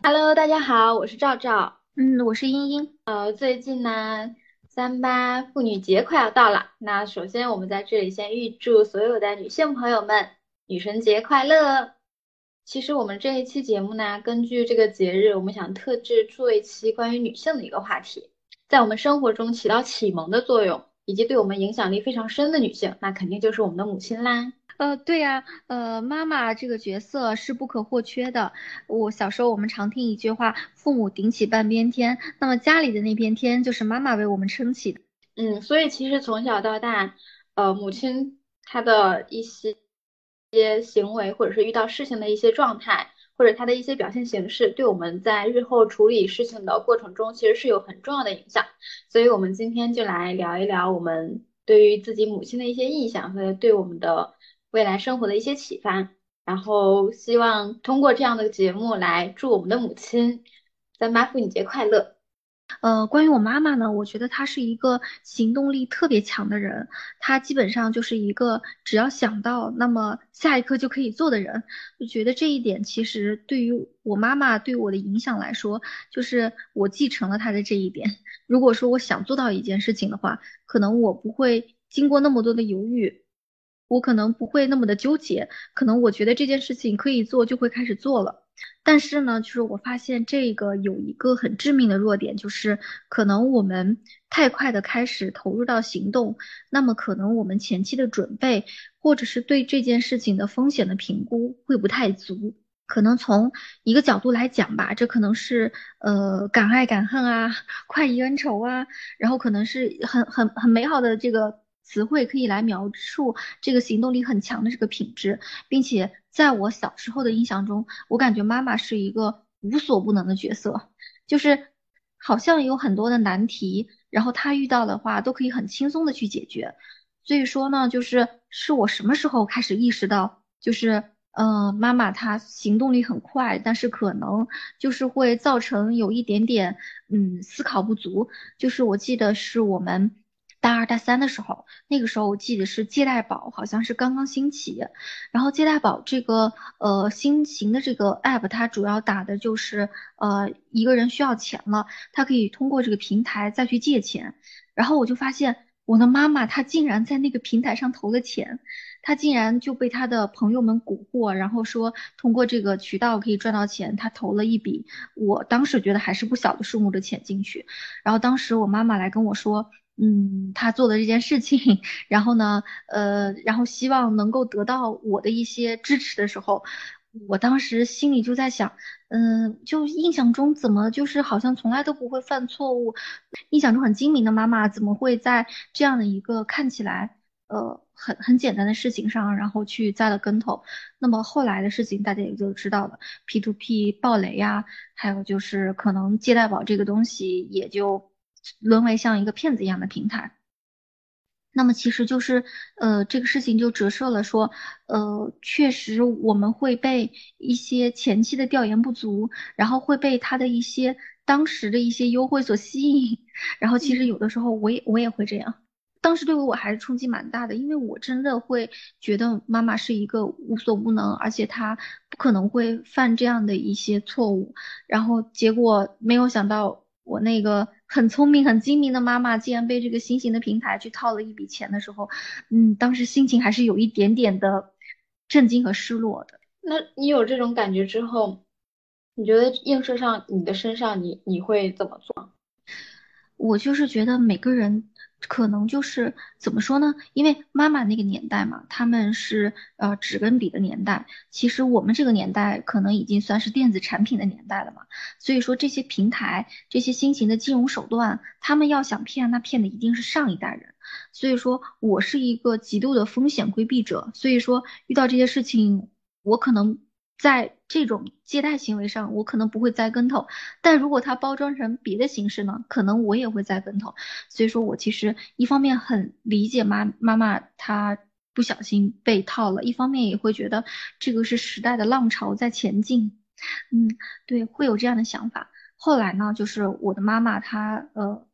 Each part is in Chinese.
Hello，大家好，我是赵赵。 我是茵茵。 最近呢，3·8妇女节快要到了。那首先，我们在这里先预祝所有的女性朋友们女神节快乐。其实我们这一期节目呢，根据这个节日，我们想特制做一期关于女性的一个话题，在我们生活中起到启蒙的作用，以及对我们影响力非常深的女性，那肯定就是我们的母亲啦。 对呀，妈妈这个角色是不可或缺的。我小时候我们常听一句话：“父母顶起半边天”，那么家里的那片天就是妈妈为我们撑起的。 所以其实从小到大，母亲她的一些行为，或者是遇到事情的一些状态，或者她的一些表现形式，对我们在日后处理事情的过程中，其实是有很重要的影响。所以我们今天就来聊一聊我们对于自己母亲的一些印象和对我们的未来生活的一些启发。然后希望通过这样的节目来祝我们的母亲3·8妇女节快乐。 关于我妈妈呢，我觉得她是一个行动力特别强的人，她基本上就是一个只要想到，那么下一刻就可以做的人。我觉得这一点其实对于我妈妈对我的影响来说，就是我继承了她的这一点。如果说我想做到一件事情的话，可能我不会经过那么多的犹豫，我可能不会那么的纠结，可能我觉得这件事情可以做，就会开始做了。但是呢，就是我发现这个有一个很致命的弱点，就是可能我们太快的开始投入到行动，那么可能我们前期的准备，或者是对这件事情的风险的评估会不太足。可能从一个角度来讲吧，这可能是敢爱敢恨啊，快意恩仇啊，然后可能是很美好的这个词汇可以来描述这个行动力很强的这个品质。并且在我小时候的印象中，我感觉妈妈是一个无所不能的角色，就是好像有很多的难题，然后她遇到的话都可以很轻松的去解决。所以说呢，是我什么时候开始意识到，妈妈她行动力很快，但是可能就是会造成有一点点思考不足。就是我记得是我们大二大三的时候，那个时候我记得是借贷宝好像是刚刚兴起，然后借贷宝这个新型的这个 app，它主要打的就是一个人需要钱了，他可以通过这个平台再去借钱。然后我就发现我的妈妈她竟然在那个平台上投了钱，她竟然就被她的朋友们蛊惑，然后说通过这个渠道可以赚到钱，她投了一笔我当时觉得还是不小的数目的钱进去。然后当时我妈妈来跟我说。她做的这件事情，然后呢，然后希望能够得到我的一些支持的时候，我当时心里就在想，就印象中怎么就是好像从来都不会犯错误，印象中很精明的妈妈怎么会在这样的一个看起来很简单的事情上，然后去栽了跟头？那么后来的事情大家也就知道了，P2P 暴雷呀，还有就是可能借贷宝这个东西也就沦为像一个骗子一样的平台。那么其实就是，这个事情就折射了说，确实我们会被一些前期的调研不足，然后会被他的一些当时的一些优惠所吸引，然后其实有的时候我也会这样，当时对我还是冲击蛮大的，因为我真的会觉得妈妈是一个无所不能，而且她不可能会犯这样的一些错误，然后结果没有想到，我那个很聪明、很精明的妈妈，竟然被这个新型的平台去套了一笔钱的时候，当时心情还是有一点点的震惊和失落的。 那你有这种感觉之后，你觉得映射上你的身上你会怎么做？ 我就是觉得每个人可能就是怎么说呢？因为妈妈那个年代嘛，他们是纸跟笔的年代，其实我们这个年代可能已经算是电子产品的年代了嘛。所以说这些平台、这些新型的金融手段，他们要想骗，那骗的一定是上一代人。所以说我是一个极度的风险规避者，所以说遇到这些事情，我可能在这种借贷行为上，我可能不会栽跟头。但如果它包装成别的形式呢，可能我也会栽跟头。所以说我其实一方面很理解妈妈她不小心被套了，一方面也会觉得这个是时代的浪潮在前进。对，会有这样的想法。后来呢，就是我的妈妈她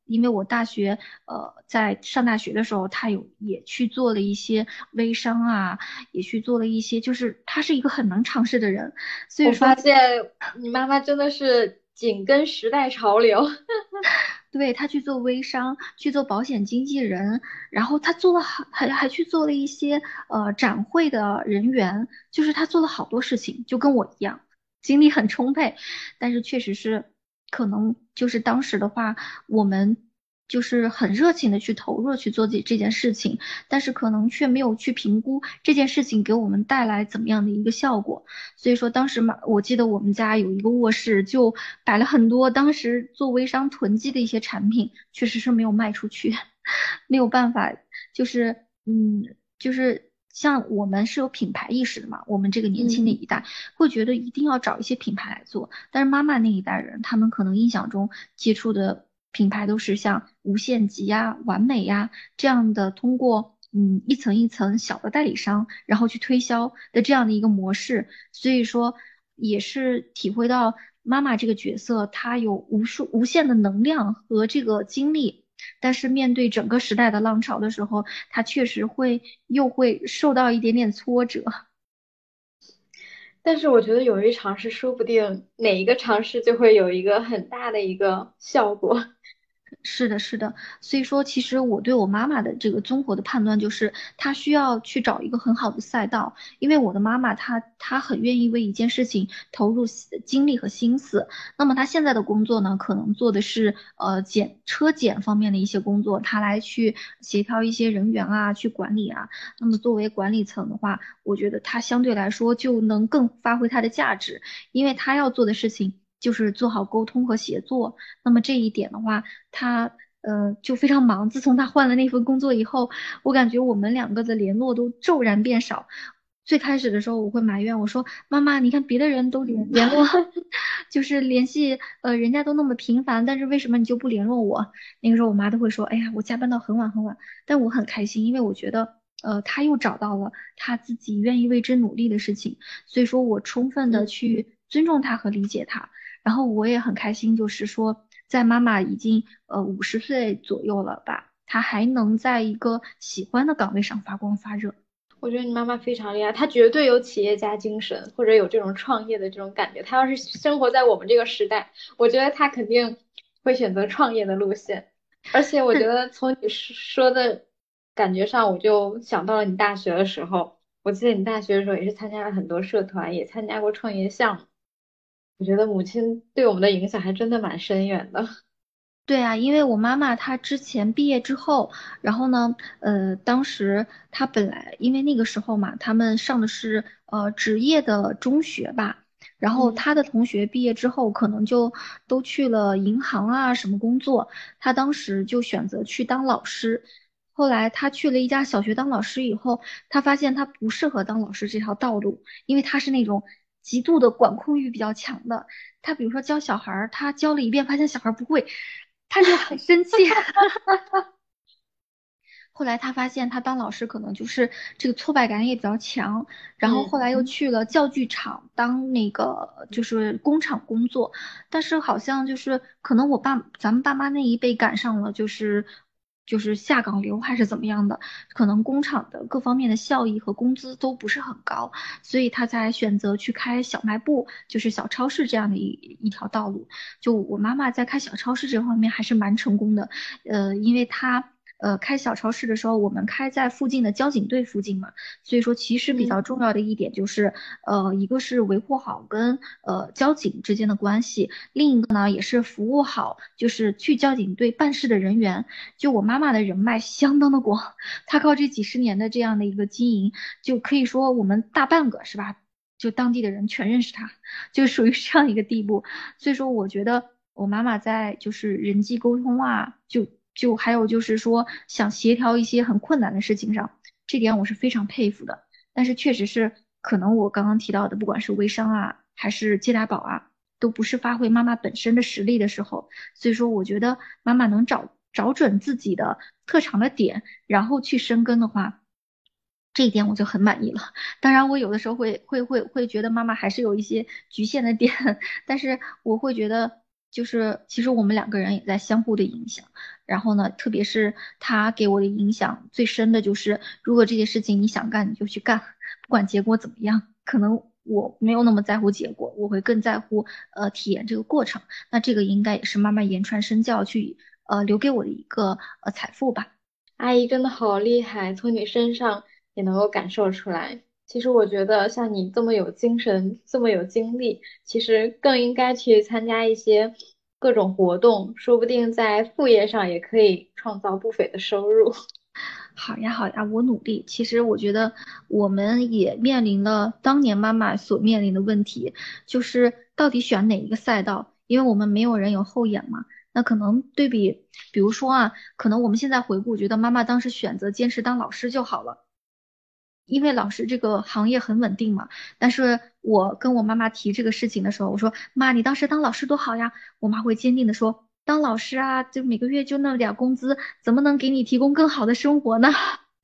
因为我大学在上大学的时候，他也去做了一些微商啊，也去做了一些，就是他是一个很能尝试的人，所以说。 我发现你妈妈真的是紧跟时代潮流。 对，他去做微商，去做保险经纪人，然后他做了还去做了一些展会的人员，就是他做了好多事情，就跟我一样，精力很充沛。但是确实是可能就是当时的话，我们就是很热情的去投入去做这件事情，但是可能却没有去评估这件事情给我们带来怎么样的一个效果。所以说当时嘛，我记得我们家有一个卧室，就摆了很多当时做微商囤积的一些产品，确实是没有卖出去，没有办法，就是就是像我们是有品牌意识的嘛，我们这个年轻的嗯。 一代会觉得一定要找一些品牌来做，但是妈妈那一代人，他们可能印象中接触的品牌都是像无限极呀、完美呀这样的，通过一层一层小的代理商，然后去推销的这样的一个模式，所以说也是体会到妈妈这个角色，她有无限的能量和这个精力。但是面对整个时代的浪潮的时候，她确实又会受到一点点挫折。 但是我觉得勇于尝试，说不定哪一个尝试就会有一个很大的一个效果。 是的，是的，所以说，其实我对我妈妈的这个综合的判断就是，她需要去找一个很好的赛道，因为我的妈妈她很愿意为一件事情投入精力和心思。那么她现在的工作呢，可能做的是车检方面的一些工作，她来去协调一些人员啊，去管理啊。那么作为管理层的话，我觉得她相对来说就能更发挥她的价值，因为她要做的事情就是做好沟通和协作。那么这一点的话，他就非常忙。自从他换了那份工作以后，我感觉我们两个的联络都骤然变少。最开始的时候，我会埋怨我说：“妈妈，你看别的人都联络，就是联系，人家都那么频繁，但是为什么你就不联络我？”那个时候，我妈都会说：“哎呀，我加班到很晚很晚。”但我很开心，因为我觉得，他又找到了他自己愿意为之努力的事情，所以说我充分的嗯。 去尊重他和理解他。然后我也很开心，就是说，在妈妈已经50岁左右了吧，她还能在一个喜欢的岗位上发光发热。 我觉得你妈妈非常厉害，她绝对有企业家精神，或者有这种创业的这种感觉。她要是生活在我们这个时代，我觉得她肯定会选择创业的路线。而且我觉是， 得从你说的感觉上，我就想到了你大学的时候。我记得你大学的时候也是参加了很多社团，也参加过创业项目。我觉得母亲对我们的影响还真的蛮深远的。 对啊，因为我妈妈她之前毕业之后，然后呢，当时她本来因为那个时候嘛，他们上的是职业的中学吧，然后嗯。 她的同学毕业之后可能就都去了银行啊什么工作，她当时就选择去当老师。后来她去了一家小学当老师以后，她发现她不适合当老师这条道路，因为她是那种极度的管控欲比较强的。他比如说教小孩儿，他教了一遍，发现小孩儿不会，他就很生气。后来他发现他当老师可能就是这个挫败感也比较强，然后后嗯。 来又去了教具厂当那个就是工厂工作，但是好像就是可能咱们爸妈那一辈赶上了就是下岗流还是怎么样的，可能工厂的各方面的效益和工资都不是很高，所以他才选择去开小卖部，就是小超市这样的一条道路。就我妈妈在开小超市这方面还是蛮成功的，因为她开小超市的时候，我们开在附近的交警队附近嘛，所以说其实比较嗯。 重要的一点就是，一个是维护好跟交警之间的关系，另一个呢也是服务好就是去交警队办事的人员。就我妈妈的人脉相当的广，她靠这几十年的这样的一个经营，就可以说我们大半个是吧？就当地的人全认识她，就属于这样一个地步。所以说，我觉得我妈妈在就是人际沟通啊，就还有就是说想协调一些很困难的事情上，这点我是非常佩服的。但是确实是可能我刚刚提到的，不管是微商啊，还是接待宝啊，都不是发挥妈妈本身的实力的时候。所以说，我觉得妈妈能找准自己的特长的点，然后去深耕的话。这一点我就很满意了。当然，我有的时候会觉得妈妈还是有一些局限的点，但是我会觉得，就是其实我们两个人也在相互的影响。 然后呢，特别是他给我的影响最深的就是，如果这件事情你想干，你就去干，不管结果怎么样。可能我没有那么在乎结果，我会更在乎体验这个过程。那这个应该也是妈妈言传身教去留给我的一个财富吧。 阿姨真的好厉害，从你身上也能够感受出来。其实我觉得像你这么有精神，这么有精力，其实更应该去参加一些各种活动，说不定在副业上也可以创造不菲的收入。 好呀，好呀，我努力。其实我觉得我们也面临了当年妈妈所面临的问题，就是到底选哪一个赛道，因为我们没有人有后眼嘛。那可能对比，比如说啊，可能我们现在回顾，觉得妈妈当时选择坚持当老师就好了。因为老师这个行业很稳定嘛。但是我跟我妈妈提这个事情的时候，我说妈，你当时当老师多好呀。我妈会坚定的说，当老师啊，就每个月就那么点儿工资，怎么能给你提供更好的生活呢？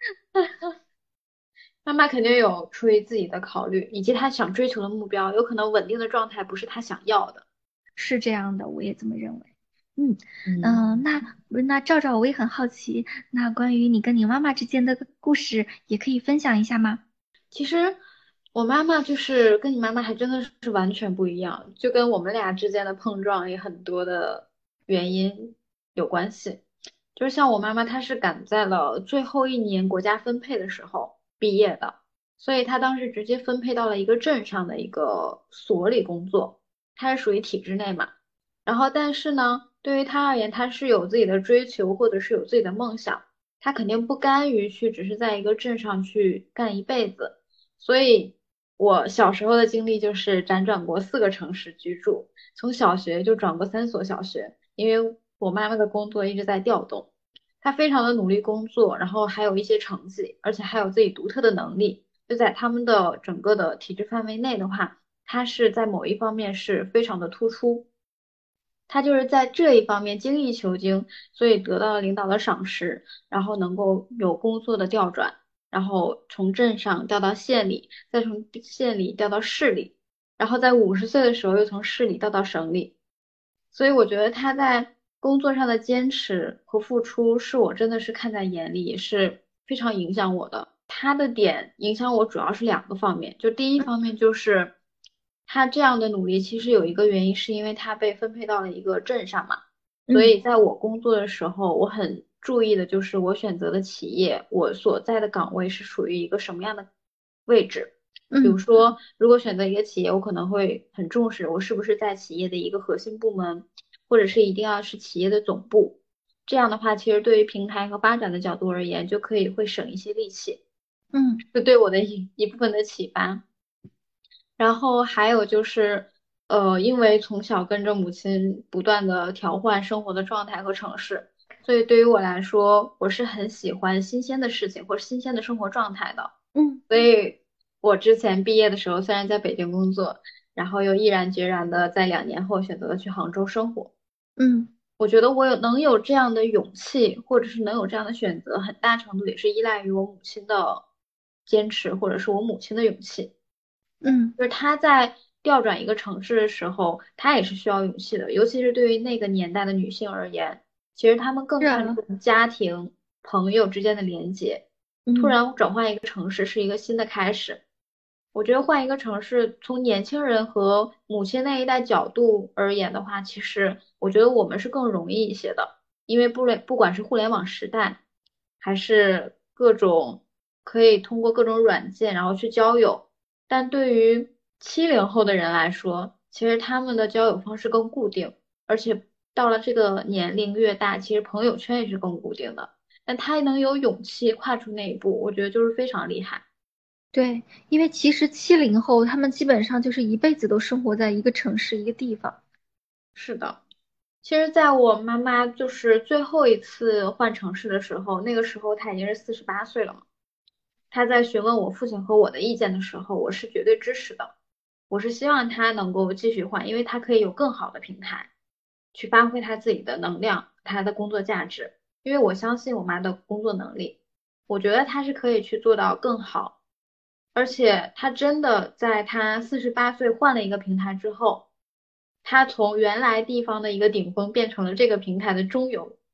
妈妈肯定有出于自己的考虑，以及她想追求的目标，有可能稳定的状态不是她想要的。 是这样的，我也这么认为。嗯嗯。 那赵赵，我也很好奇，那关于你跟你妈妈之间的故事，也可以分享一下吗？ 其实我妈妈就是跟你妈妈还真的是完全不一样，就跟我们俩之间的碰撞也很多的原因有关系。就是像我妈妈，她是赶在了最后一年国家分配的时候毕业的，所以她当时直接分配到了一个镇上的一个所里工作，她是属于体制内嘛。然后但是呢，对于她而言，她是有自己的追求或者是有自己的梦想，她肯定不甘于去只是在一个镇上去干一辈子。所以我小时候的经历就是辗转过4个城市居住，从小学就转过3所小学，因为我妈妈的工作一直在调动，她非常的努力工作，然后还有一些成绩，而且还有自己独特的能力，就在他们的整个的体制范围内的话，她是在某一方面是非常的突出。她就是在这一方面精益求精，所以得到了领导的赏识，然后能够有工作的调转，然后从镇上调到县里，再从县里调到市里，然后在50岁的时候又从市里调到省里。所以我觉得他在工作上的坚持和付出，是我真的是看在眼里，也是非常影响我的。他的点影响我主要是2个方面，就第一方面就是他这样的努力，其实有一个原因是因为他被分配到了一个镇上嘛，所嗯以在我工作的时候，我很注意的就是我选择的企业，我所在的岗位是属于一个什么样的位置。比如嗯说，如果选择一个企业，我可能会很重视我是不是在企业的一个核心部门，或者是一定要是企业的总部。这样的话，其实对于平台和发展的角度而言，就可以会省一些力气， 嗯就对我的一部分的启发。然后还有就是，因为从小跟着母亲不断的调换生活的状态和城市，所以对于我来说，我是很喜欢新鲜的事情或者新鲜的生活状态的。 嗯所以我之前毕业的时候，虽然在北京工作，然后又毅然决然的在2年后选择了去杭州生活。 嗯我觉得我能有这样的勇气，或者是能有这样的选择，很大程度也是依赖于我母亲的坚持，或者是我母亲的勇气。 嗯， 就是她在调转一个城市的时候，她也是需要勇气的，尤其是对于那个年代的女性而言，其实她们更是啊， 看重家庭、朋友之间的连接。突嗯。 然转换一个城市是一个新的开始，我觉得换一个城市，从年轻人和母亲那一代角度而言的话，其实我觉得我们是更容易一些的，因为不管是互联网时代，还是各种可以通过各种软件然后去交友，但对于70后的人来说，其实他们的交友方式更固定，而且到了这个年龄越大，其实朋友圈也是更固定的。但他能有勇气跨出那一步，我觉得就是非常厉害。 对，因为其实70后他们基本上就是一辈子都生活在一个城市一个地方。 是的。其实，在我妈妈就是最后一次换城市的时候，那个时候她已经是48岁了嘛。她在询问我父亲和我的意见的时候，我是绝对支持的。我是希望她能够继续换，因为她可以有更好的平台去发挥她自己的能量、她的工作价值。因为我相信我妈的工作能力，我觉得她是可以去做到更好。而且她真的在她48岁换了一个平台之后，她从原来地方的一个顶峰变成了这个平台的中游。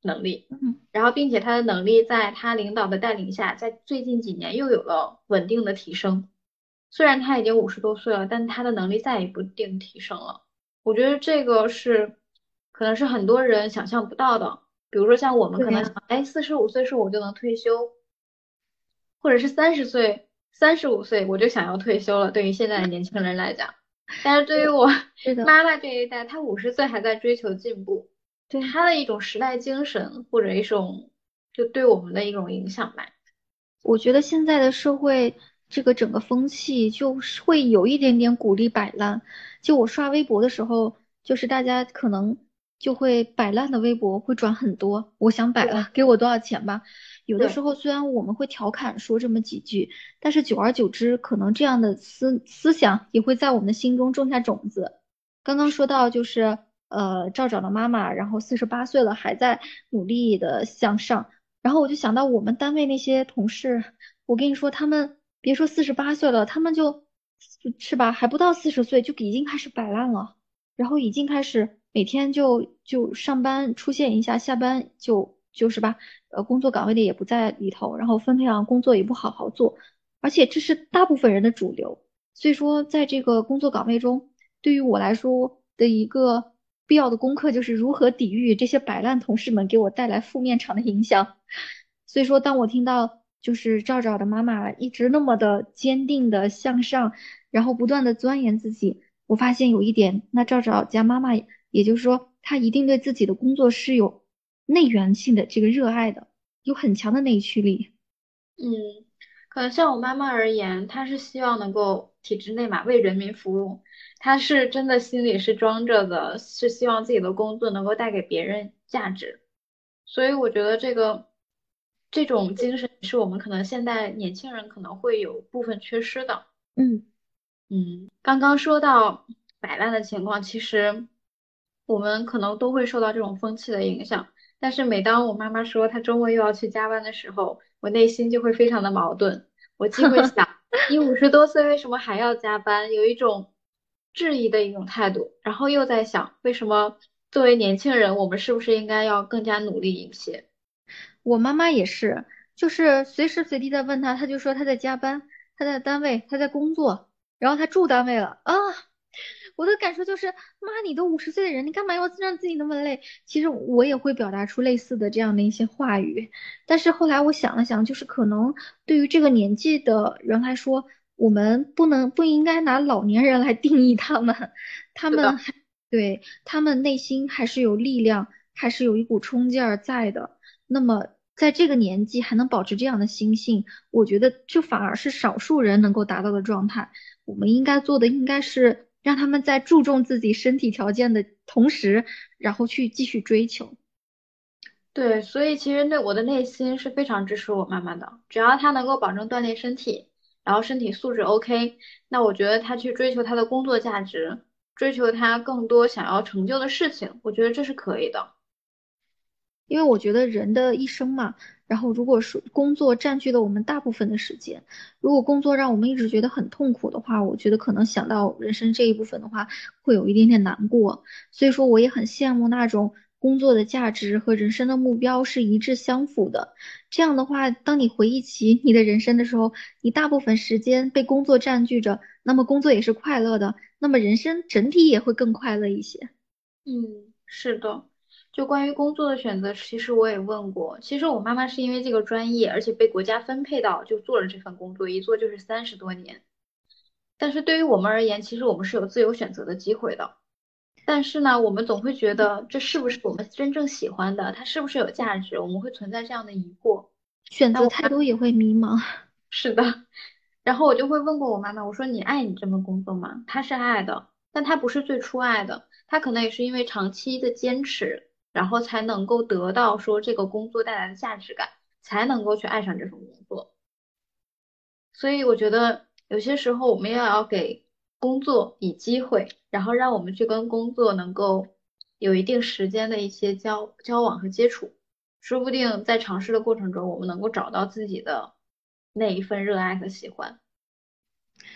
能力， 嗯， 然后并且他的能力在他领导的带领下，在最近几年又有了稳定的提升。虽然他已经50多岁了，但他的能力再也不定提升了。我觉得这个是可能是很多人想象不到的。比如说像我们对呀。 可能想，哎，45岁是我就能退休，或者是30岁、35岁我就想要退休了。对于现在的年轻人来讲，但是对于我是的。 妈妈这一代，她50岁还在追求进步， 对。 她的一种时代精神或者一种就对我们的一种影响吧。 我觉得现在的社会这个整个风气就是会有一点点鼓励摆烂。就我刷微博的时候，就是大家可能就会摆烂的微博会转很多，我想摆对了，给我多少钱吧。有的时对， 候虽然我们会调侃说这么几句，但是久而久之，可能这样的思想也会在我们的心中种下种子。刚刚说到就是赵赵的妈妈，然后48岁了还在努力的向上。然后我就想到我们单位那些同事，我跟你说，他们别说48岁了，他们是吧，还不到40岁就已经开始摆烂了，然后已经开始每天就上班出现一下，下班就是吧，工作岗位的也不在里头，然后分配上工作也不好好做，而且这是大部分人的主流。所以说，在这个工作岗位中，对于我来说的一个必要的功课就是如何抵御这些摆烂同事们给我带来负面场的影响。所以说，当我听到就是赵赵的妈妈一直那么的坚定的向上，然后不断的钻研自己，我发现有一点，那赵赵家妈妈，也就是说，她一定对自己的工作是有内源性的这个热爱的，有很强的内驱力。 嗯，可能像我妈妈而言，她是希望能够体制内嘛，为人民服务。她是真的心里是装着的，是希望自己的工作能够带给别人价值。所以我觉得这种精神是我们可能现在年轻人可能会有部分缺失的。 嗯。 嗯，刚刚说到摆烂的情况，其实我们可能都会受到这种风气的影响。但是每当我妈妈说她周末又要去加班的时候，我内心就会非常的矛盾。我既会想，你50多岁为什么还要加班，有一种质疑的一种态度，然后又在想，为什么作为年轻人，我们是不是应该要更加努力一些？ 我妈妈也是，就是随时随地在问他，他就说他在加班，他在单位，他在工作，然后他住单位了啊。我的感受就是，妈，你都50岁的人，你干嘛要让自己那么累？其实我也会表达出类似的这样的一些话语，但是后来我想了想，就是可能对于这个年纪的人来说，我们不应该拿老年人来定义他们，他是的。 们还对他们内心还是有力量，还是有一股冲劲儿在的。那么在这个年纪还能保持这样的心性，我觉得这反而是少数人能够达到的状态。我们应该做的应该是让他们在注重自己身体条件的同时，然后去继续追求。 对，所以其实我的内心是非常支持我妈妈的，只要她能够保证锻炼身体，然后身体素质 OK，那我觉得她去追求她的工作价值，追求她更多想要成就的事情，我觉得这是可以的。 因为我觉得人的一生嘛，然后如果说工作占据了我们大部分的时间，如果工作让我们一直觉得很痛苦的话，我觉得可能想到人生这一部分的话，会有一点点难过。所以说，我也很羡慕那种工作的价值和人生的目标是一致相符的。这样的话，当你回忆起你的人生的时候，你大部分时间被工作占据着，那么工作也是快乐的，那么人生整体也会更快乐一些。 嗯，是的。就关于工作的选择，其实我也问过。其实我妈妈是因为这个专业，而且被国家分配到就做了这份工作，一做就是30多年。但是对于我们而言，其实我们是有自由选择的机会的。但是呢，我们总会觉得这是不是我们真正喜欢的，它是不是有价值，我们会存在这样的疑惑。 选择太多也会迷茫。 是的，然后我就会问过我妈妈，我说你爱你这份工作吗？她是爱的，但她不是最初爱的，她可能也是因为长期的坚持，然后才能够得到说这个工作带来的价值感，才能够去爱上这份工作。所以我觉得有些时候我们要给工作以机会，然后让我们去跟工作能够有一定时间的一些交往和接触，说不定在尝试的过程中，我们能够找到自己的那一份热爱和喜欢。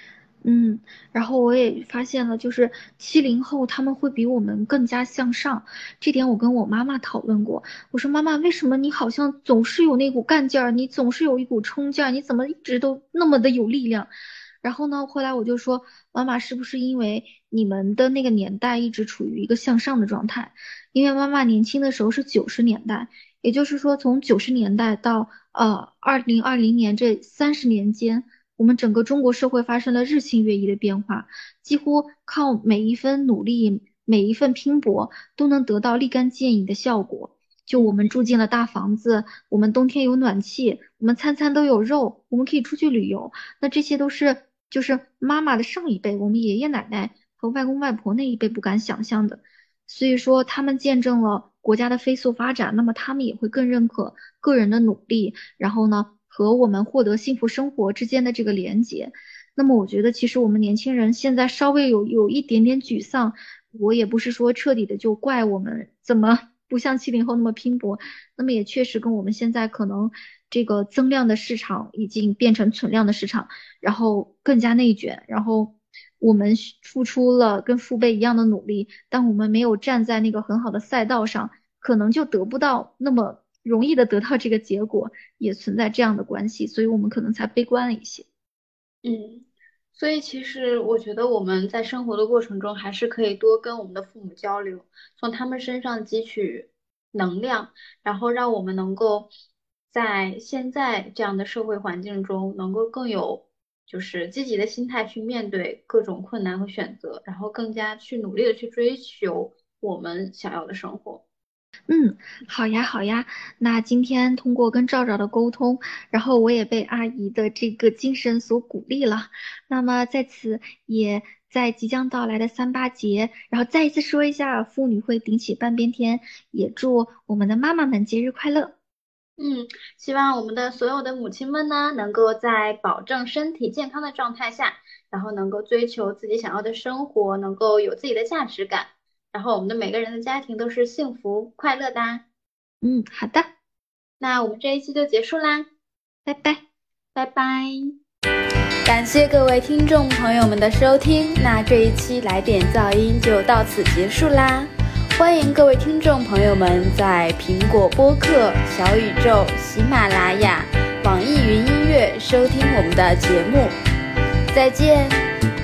嗯，然后我也发现了，就是70后他们会比我们更加向上，这点我跟我妈妈讨论过。我说妈妈，为什么你好像总是有那股干劲儿，你总是有一股冲劲儿，你怎么一直都那么的有力量？然后呢，后来我就说，妈妈是不是因为你们的那个年代一直处于一个向上的状态？因为妈妈年轻的时候是90年代，也就是说从90年代到2020年这30年间。我们整个中国社会发生了日新月异的变化，几乎靠每一分努力、每一份拼搏都能得到立竿见影的效果。就我们住进了大房子，我们冬天有暖气，我们餐餐都有肉，我们可以出去旅游。那这些都是就是妈妈的上一辈，我们爷爷奶奶和外公外婆那一辈不敢想象的。所以说，他们见证了国家的飞速发展，那么他们也会更认可个人的努力。然后呢，和我们获得幸福生活之间的这个连接。那么我觉得，其实我们年轻人现在稍微有一点点沮丧，我也不是说彻底的就怪我们怎么不像70后那么拼搏，那么也确实跟我们现在可能这个增量的市场已经变成存量的市场，然后更加内卷，然后我们付出了跟父辈一样的努力，但我们没有站在那个很好的赛道上，可能就得不到那么容易的得到这个结果。也存在这样的关系，所以我们可能才悲观了一些。 嗯，所以其实我觉得我们在生活的过程中，还是可以多跟我们的父母交流，从他们身上汲取能量，然后让我们能够在现在这样的社会环境中，能够更有就是积极的心态去面对各种困难和选择，然后更加去努力的去追求我们想要的生活。 嗯，好呀，好呀。那今天通过跟赵赵的沟通，然后我也被阿姨的这个精神所鼓励了。那么在此也在即将到来的3·8节，然后再一次说一下，妇女会顶起半边天，也祝我们的妈妈们节日快乐。 嗯，希望我们的所有的母亲们呢，能够在保证身体健康的状态下，然后能够追求自己想要的生活，能够有自己的价值感，然后我们的每个人的家庭都是幸福快乐的啊。 嗯，好的， 那我们这一期就结束啦， 拜拜。 拜拜。感谢各位听众朋友们的收听，那这一期来点噪音就到此结束啦。欢迎各位听众朋友们在苹果播客、小宇宙、喜马拉雅、网易云音乐收听我们的节目。再见。